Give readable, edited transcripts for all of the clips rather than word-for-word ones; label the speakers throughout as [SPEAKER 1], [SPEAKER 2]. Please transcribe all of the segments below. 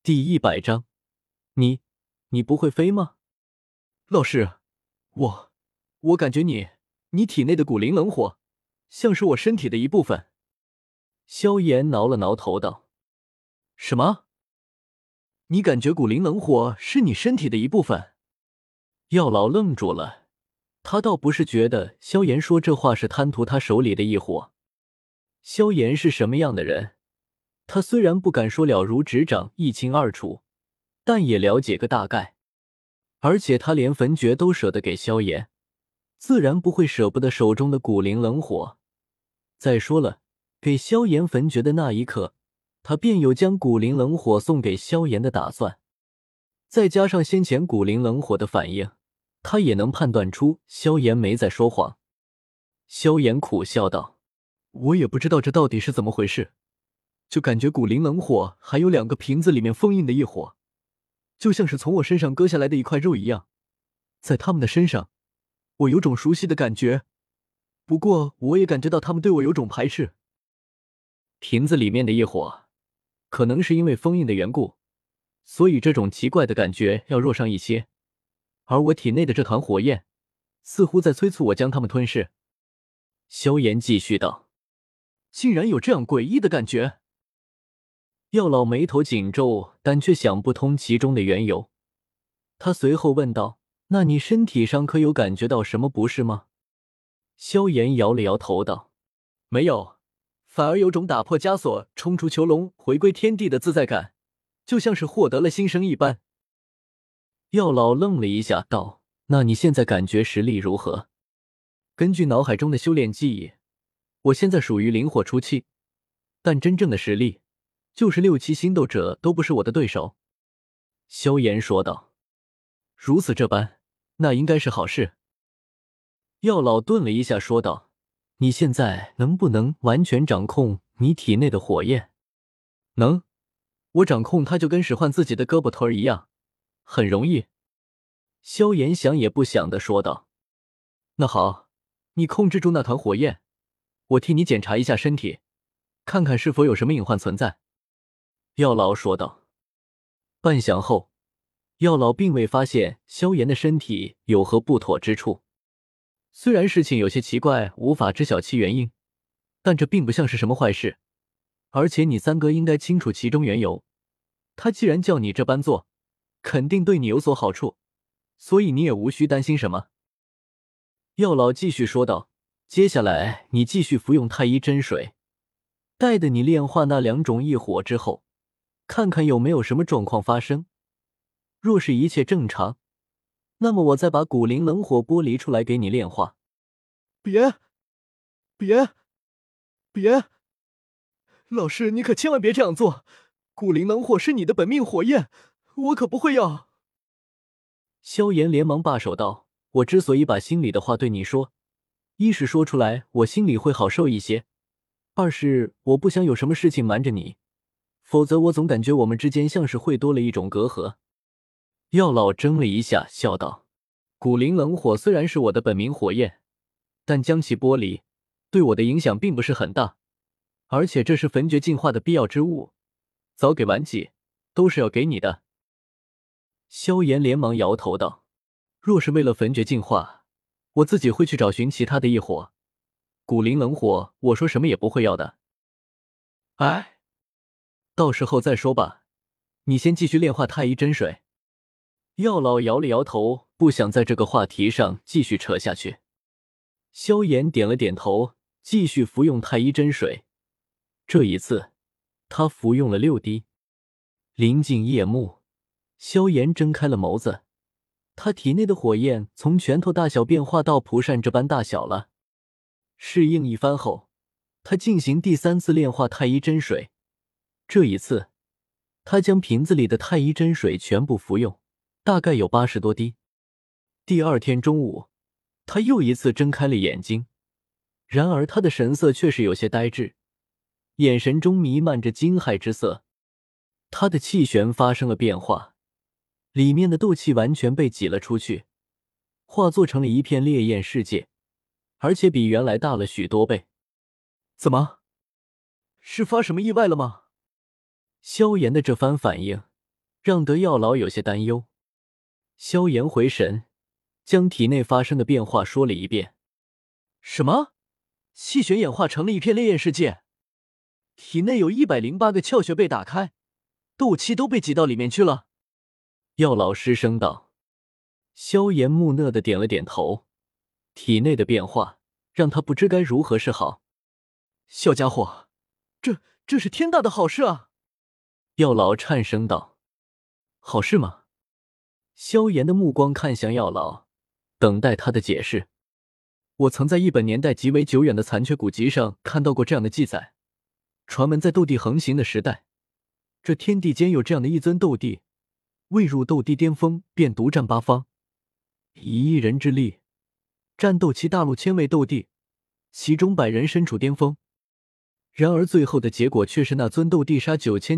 [SPEAKER 1] 第100章，你不会飞吗？老师，我感觉你体内的古灵冷火，像是我身体的一部分。萧炎挠了挠头道：什么？你感觉古灵冷火是你身体的一部分？药老愣住了，他倒不是觉得萧炎说这话是贪图他手里的异火。萧炎是什么样的人，他虽然不敢说了如指掌一清二楚，但也了解个大概。而且他连焚诀都舍得给萧炎，自然不会舍不得手中的古灵冷火。再说了，给萧炎焚诀的那一刻，他便有将古灵冷火送给萧炎的打算。再加上先前古灵冷火的反应，他也能判断出萧炎没在说谎。萧炎苦笑道：我也不知道这到底是怎么回事，就感觉古灵冷火还有2个瓶子里面封印的异火，就像是从我身上割下来的一块肉一样，在他们的身上，我有种熟悉的感觉，不过我也感觉到他们对我有种排斥。瓶子里面的异火，可能是因为封印的缘故，所以这种奇怪的感觉要弱上一些，而我体内的这团火焰，似乎在催促我将它们吞噬。萧炎继续道：竟然有这样诡异的感觉。药老眉头紧皱，但却想不通其中的缘由。他随后问道：那你身体上可有感觉到什么不适吗？萧炎摇了摇头道：没有，反而有种打破枷锁冲出囚笼回归天地的自在感，就像是获得了新生一般。药老愣了一下道：那你现在感觉实力如何？根据脑海中的修炼记忆，我现在属于灵火初期，但真正的实力就是6期星斗者都不是我的对手。萧炎说道：如此这般，那应该是好事。药老顿了一下说道：你现在能不能完全掌控你体内的火焰？能，我掌控它就跟使唤自己的胳膊腿儿一样，很容易。萧炎想也不想地说道：那好，你控制住那团火焰，我替你检查一下身体，看看是否有什么隐患存在。药老说道。半晌后，药老并未发现萧炎的身体有何不妥之处。虽然事情有些奇怪，无法知晓其原因，但这并不像是什么坏事，而且你三哥应该清楚其中缘由。他既然叫你这般做，肯定对你有所好处，所以你也无需担心什么。药老继续说道：接下来你继续服用太医真水，待得你炼化那2种异火之后，看看有没有什么状况发生。若是一切正常，那么我再把古灵冷火剥离出来给你炼化。别！老师，你可千万别这样做！古灵冷火是你的本命火焰，我可不会要。萧炎连忙罢手道：我之所以把心里的话对你说，一是说出来我心里会好受一些，二是我不想有什么事情瞒着你，否则我总感觉我们之间像是会多了一种隔阂。药老怔了一下，笑道：古灵冷火虽然是我的本命火焰，但将其剥离，对我的影响并不是很大，而且这是焚诀进化的必要之物，早给晚给，都是要给你的。萧炎连忙摇头道：若是为了焚诀进化，我自己会去找寻其他的异火，古灵冷火我说什么也不会要的。哎，到时候再说吧，你先继续炼化太医真水。药老摇了摇头，不想在这个话题上继续扯下去。萧炎点了点头，继续服用太医真水。这一次，他服用了6滴。临近夜幕，萧炎睁开了眸子，他体内的火焰从拳头大小变化到蒲扇这般大小了。适应一番后，他进行第3次炼化太医真水。这一次，他将瓶子里的太医真水全部服用，大概有80多滴。第2天中午，他又一次睁开了眼睛，然而他的神色却是有些呆滞，眼神中弥漫着惊骇之色。他的气旋发生了变化，里面的斗气完全被挤了出去，化作成了一片烈焰世界，而且比原来大了许多倍。怎么？是发什么意外了吗？萧炎的这番反应让得药老有些担忧。萧炎回神，将体内发生的变化说了一遍。什么？气旋演化成了一片烈焰世界，体内有108个窍穴被打开，斗气都被挤到里面去了。药老失声道。萧炎木讷地点了点头，体内的变化让他不知该如何是好。小家伙，这是天大的好事啊！药老颤声道。好事吗？萧炎的目光看向药老，等待他的解释。我曾在一本年代极为久远的残缺古籍上看到过这样的记载，传闻在斗帝横行的时代，这天地间有这样的一尊斗帝，未入斗帝巅峰便独占八方，以一人之力战斗其大陆1000位斗帝，其中100人身处巅峰。然而最后的结果却是那尊斗帝杀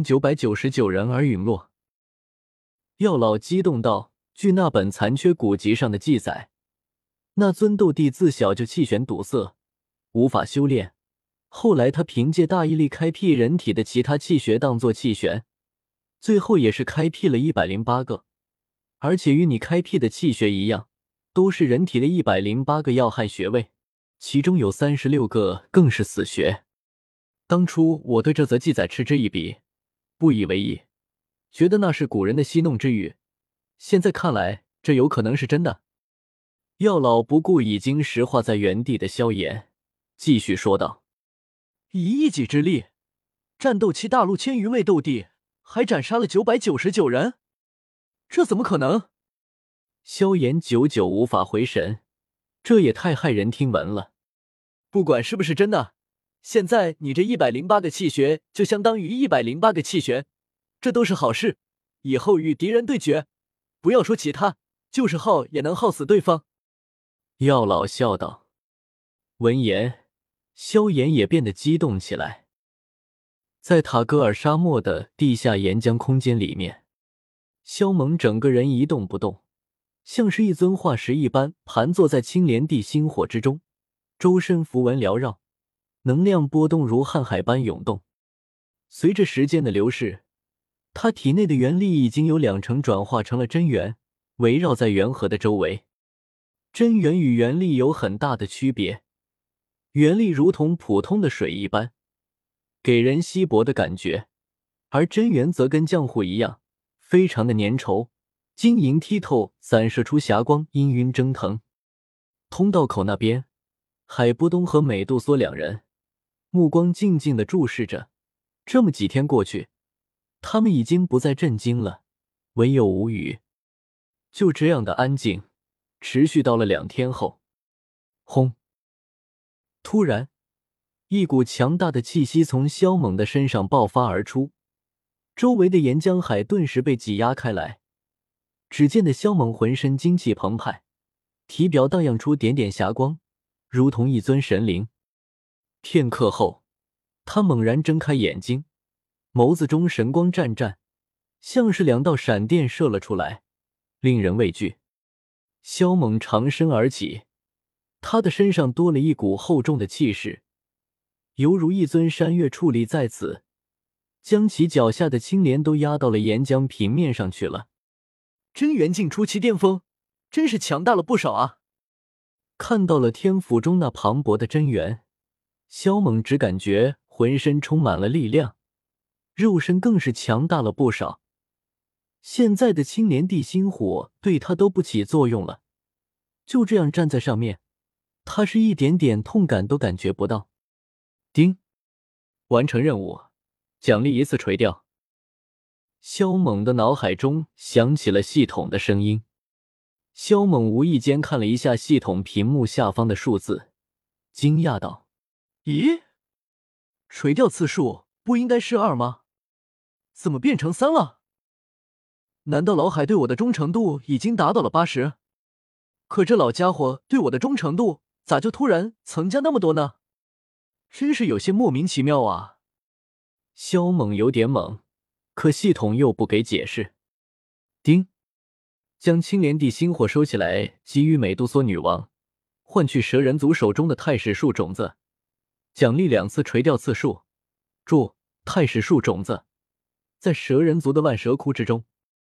[SPEAKER 1] 9999人而陨落。药老激动道，据那本残缺古籍上的记载，那尊斗帝自小就气旋堵塞，无法修炼，后来他凭借大毅力开辟人体的其他气穴当作气旋，最后也是开辟了108个，而且与你开辟的气穴一样，都是人体的108个要害穴位，其中有36个更是死穴。当初我对这则记载嗤之以鼻，不以为意，觉得那是古人的戏弄之语，现在看来这有可能是真的。药老不顾已经石化在原地的萧炎，继续说道：以一己之力战斗其大陆1000余位斗帝，还斩杀了999人，这怎么可能？萧炎久久无法回神，这也太骇人听闻了。不管是不是真的，现在你这108个气穴就相当于108个气旋，这都是好事，以后与敌人对决，不要说其他，就是耗也能耗死对方。药老笑道。闻言，萧炎也变得激动起来。在塔格尔沙漠的地下岩浆空间里面，萧猛整个人一动不动，像是一尊化石一般盘坐在青莲地心火之中，周身符文缭绕，能量波动如瀚海般涌动。随着时间的流逝，他体内的元力已经有20%转化成了真元，围绕在元核的周围。真元与元力有很大的区别，元力如同普通的水一般，给人稀薄的感觉，而真元则跟浆糊一样，非常的粘稠，晶莹剔透，散射出霞光，氤氲蒸腾。通道口那边，海波东和美杜莎两人目光静静地注视着。这么几天过去，他们已经不再震惊了，唯有无语。就这样的安静持续到了2天后，轰！突然，一股强大的气息从萧猛的身上爆发而出，周围的岩浆海顿时被挤压开来。只见得萧猛浑身精气澎湃，体表荡漾出点点霞光，如同一尊神灵。片刻后，他猛然睁开眼睛，眸子中神光湛湛，像是2道闪电射了出来，令人畏惧。萧猛长身而起，他的身上多了一股厚重的气势，犹如一尊山岳矗立在此，将其脚下的青莲都压到了岩浆平面上去了。真元境初期巅峰，真是强大了不少啊！看到了天府中那磅礴的真元，萧猛只感觉浑身充满了力量，肉身更是强大了不少。现在的青莲地心火对他都不起作用了，就这样站在上面，他是一点点痛感都感觉不到。叮，完成任务，奖励1次垂钓。萧猛的脑海中响起了系统的声音。萧猛无意间看了一下系统屏幕下方的数字，惊讶道：咦，垂钓次数不应该是2吗？怎么变成3了？难道老海对我的忠诚度已经达到了80？可这老家伙对我的忠诚度咋就突然增加那么多呢？真是有些莫名其妙啊。萧猛有点懵，可系统又不给解释。叮，将青莲地心火收起来，给予美杜莎女王，换取蛇人族手中的太史树种子，奖励2次垂钓次数。注：太史树种子在蛇人族的万蛇窟之中。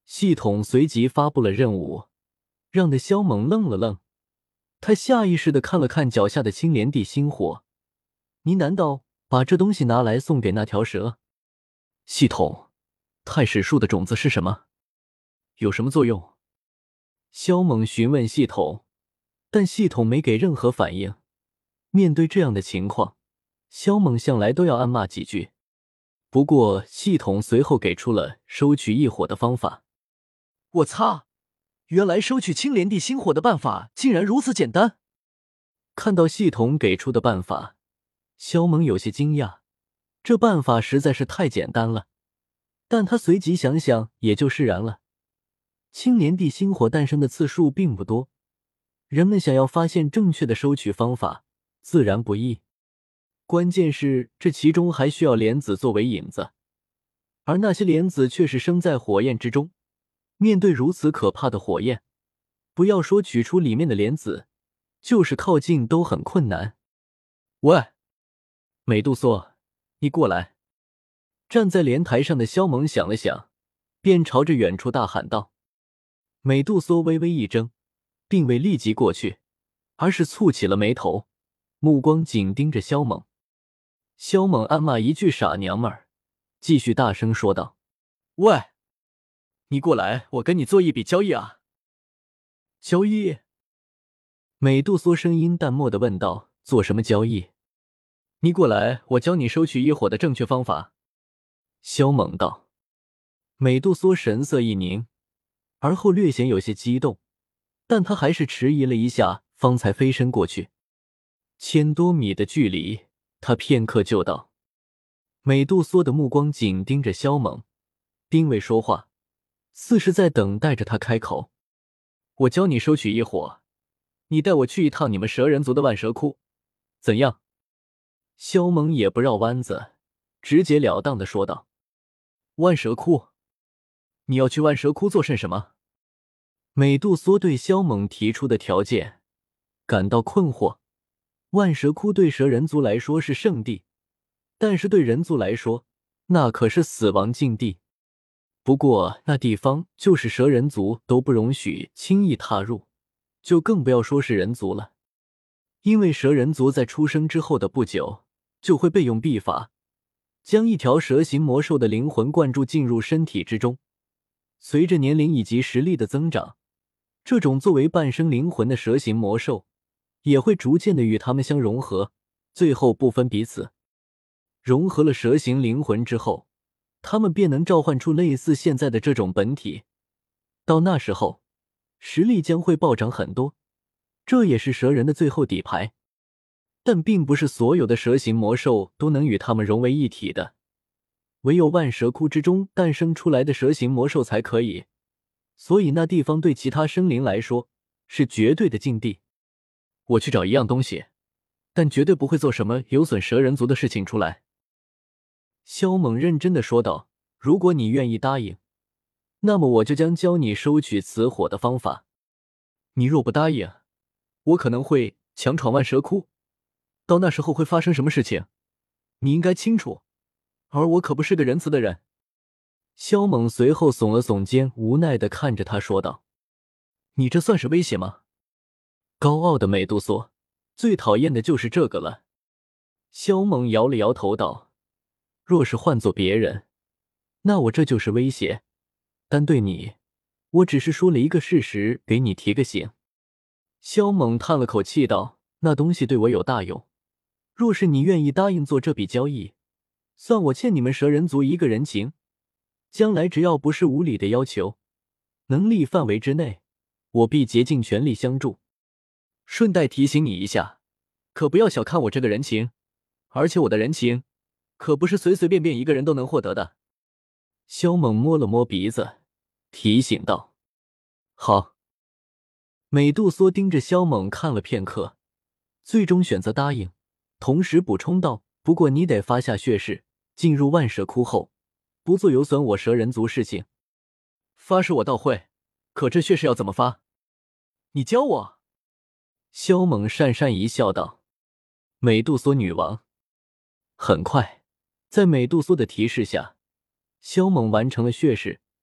[SPEAKER 1] 系统随即发布了任务，让的萧猛愣了愣。他下意识地看了看脚下的青莲地心火，你难道把这东西拿来送给那条蛇？系统，太史树的种子是什么？有什么作用？萧猛询问系统，但系统没给任何反应。面对这样的情况，萧猛向来都要暗骂几句。不过系统随后给出了收取异火的方法。我擦，原来收取青莲地心火的办法竟然如此简单。看到系统给出的办法，萧猛有些惊讶，这办法实在是太简单了。但他随即想想，也就释然了。青莲地心火诞生的次数并不多，人们想要发现正确的收取方法，自然不易。关键是这其中还需要莲子作为引子，而那些莲子却是生在火焰之中。面对如此可怕的火焰，不要说取出里面的莲子，就是靠近都很困难。喂，美杜莎，你过来！站在莲台上的萧猛想了想，便朝着远处大喊道。美杜莎微微一怔，并未立即过去，而是蹙起了眉头，目光紧盯着萧猛。萧猛暗骂一句傻娘们儿，继续大声说道：喂，你过来，我跟你做一笔交易啊！交易？美杜莎声音淡漠地问道：做什么交易？你过来，我教你收取异火的正确方法。萧猛道。美杜莎神色一凝，而后略显有些激动，但他还是迟疑了一下，方才飞身过去。1000多米的距离，他片刻就到。美杜莎的目光紧盯着萧猛，并未说话，似是在等待着他开口。我教你收取异火，你带我去一趟你们蛇人族的万蛇窟，怎样？萧猛也不绕弯子，直截了当地说道。万蛇窟？你要去万蛇窟做甚什么？美杜莎对萧猛提出的条件感到困惑。万蛇窟对蛇人族来说是圣地，但是对人族来说，那可是死亡禁地。不过那地方就是蛇人族都不容许轻易踏入，就更不要说是人族了。因为蛇人族在出生之后的不久，就会被用秘法将一条蛇形魔兽的灵魂灌注进入身体之中。随着年龄以及实力的增长，这种作为半生灵魂的蛇形魔兽也会逐渐的与他们相融合，最后不分彼此。融合了蛇形灵魂之后，他们便能召唤出类似现在的这种本体。到那时候，实力将会暴涨很多，这也是蛇人的最后底牌。但并不是所有的蛇形魔兽都能与他们融为一体的，唯有万蛇窟之中诞生出来的蛇形魔兽才可以，所以那地方对其他生灵来说是绝对的禁地。我去找一样东西，但绝对不会做什么有损蛇人族的事情出来。萧猛认真地说道，如果你愿意答应，那么我就将教你收取此火的方法。你若不答应，我可能会强闯万蛇窟，到那时候会发生什么事情，你应该清楚，而我可不是个仁慈的人。萧猛随后耸了耸肩，无奈地看着他说道，你这算是威胁吗？高傲的美杜莎最讨厌的就是这个了。萧猛摇了摇头道，若是换做别人，那我这就是威胁，但对你，我只是说了一个事实，给你提个醒。萧猛叹了口气道，那东西对我有大用，若是你愿意答应做这笔交易，算我欠你们蛇人族一个人情，将来只要不是无理的要求，能力范围之内，我必竭尽全力相助。顺带提醒你一下，可不要小看我这个人情，而且我的人情可不是随随便便一个人都能获得的。萧猛摸了摸鼻子，提醒道。好。美杜莎盯着萧猛看了片刻，最终选择答应，同时补充道，不过你得发下血誓，进入万蛇窟后不做有损我蛇人族事情。发誓我倒会，可这血誓要怎么发？你教我。萧猛讪讪一笑道。美杜莎女王。很快，在美杜莎的提示下，萧猛完成了血誓，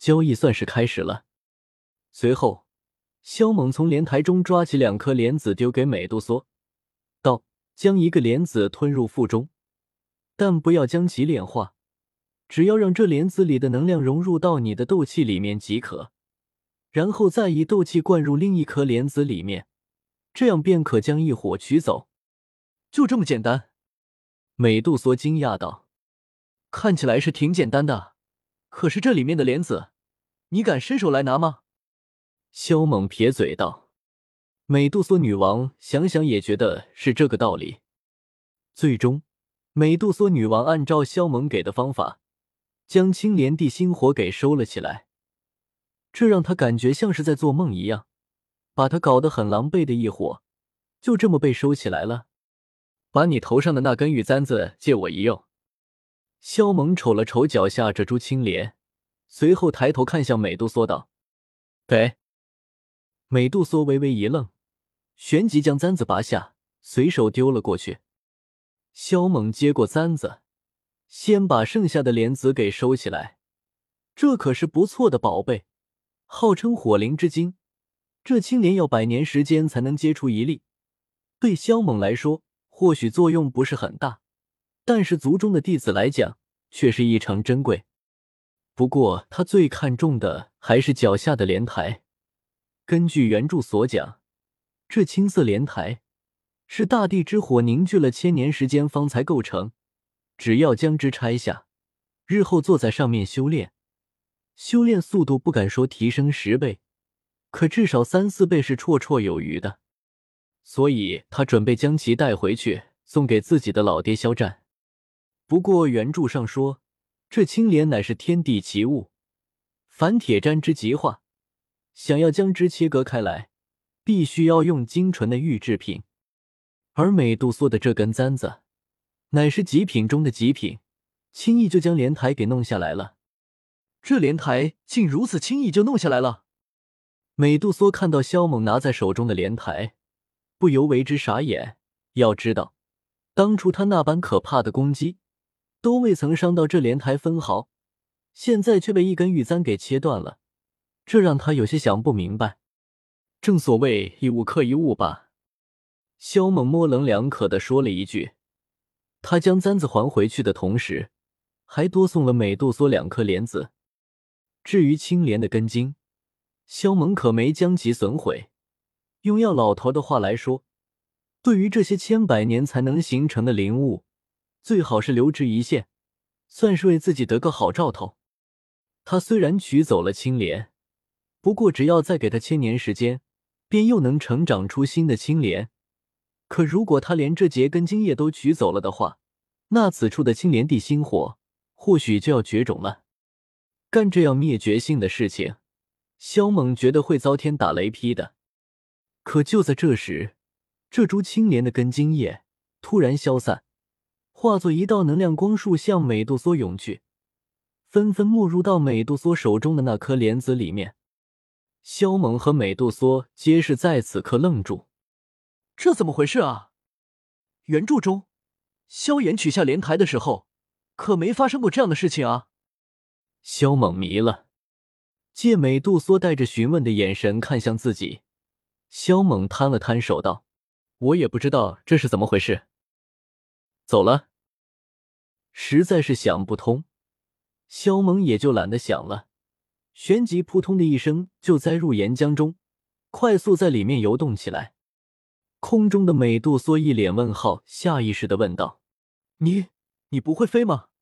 [SPEAKER 1] 交易算是开始了。随后，萧猛从莲台中抓起2颗莲子丢给美杜莎，道：“将一个莲子吞入腹中，但不要将其炼化，只要让这莲子里的能量融入到你的斗气里面即可，然后再以斗气灌入另一颗莲子里面，这样便可将异火取走。”就这么简单？美杜莎惊讶道：“看起来是挺简单的，可是这里面的莲子，你敢伸手来拿吗？”萧猛撇嘴道。美杜莎女王想想也觉得是这个道理。最终，美杜莎女王按照萧猛给的方法，将青莲地心火给收了起来，这让她感觉像是在做梦一样，把她搞得很狼狈的异火就这么被收起来了。把你头上的那根玉簪子借我一用。萧猛瞅了瞅脚下这株青莲，随后抬头看向美杜莎道：“给。”美杜莎微微一愣，旋即将簪子拔下，随手丢了过去。萧猛接过簪子，先把剩下的莲子给收起来。这可是不错的宝贝，号称火灵之精，这青莲要100年时间才能结出一粒。对萧猛来说，或许作用不是很大，但是族中的弟子来讲，却是异常珍贵。不过他最看重的还是脚下的莲台。根据原著所讲，这青色莲台是大地之火凝聚了1000年时间方才构成，只要将之拆下，日后坐在上面修炼速度不敢说提升10倍，可至少3、4倍是绰绰有余的。所以他准备将其带回去送给自己的老爹萧战。不过原著上说，这青莲乃是天地奇物，凡铁砧之极化，想要将之切割开来，必须要用精纯的玉制品。而美杜莎的这根簪子乃是极品中的极品，轻易就将莲台给弄下来了。这莲台竟如此轻易就弄下来了？美杜莎看到萧猛拿在手中的莲台，不由为之傻眼。要知道，当初他那般可怕的攻击都未曾伤到这莲台分毫，现在却被一根玉簪给切断了，这让他有些想不明白。正所谓一物克一物吧。萧猛模棱两可地说了一句，他将簪子还回去的同时，还多送了美杜莎2颗莲子。至于青莲的根茎，萧猛可没将其损毁。用药老头的话来说，对于这些千百年才能形成的灵物，最好是留之一线，算是为自己得个好兆头。他虽然取走了青莲，不过只要再给他1000年时间，便又能成长出新的青莲。可如果他连这节根茎叶都取走了的话，那此处的青莲地心火或许就要绝种了。干这样灭绝性的事情，萧猛觉得会遭天打雷劈的。可就在这时，这株青莲的根茎叶突然消散，化作一道能量光束向美杜莎涌去，纷纷没入到美杜莎手中的那颗莲子里面。萧猛和美杜莎皆是在此刻愣住。这怎么回事啊？原著中，萧炎取下莲台的时候，可没发生过这样的事情啊。萧猛迷了，借美杜莎带着询问的眼神看向自己，萧猛摊了摊手道：“我也不知道这是怎么回事。”走了。实在是想不通，萧猛也就懒得想了，旋即扑通的一声就栽入岩浆中，快速在里面游动起来。空中的美杜莎一脸问号，下意识地问道：“你不会飞吗？”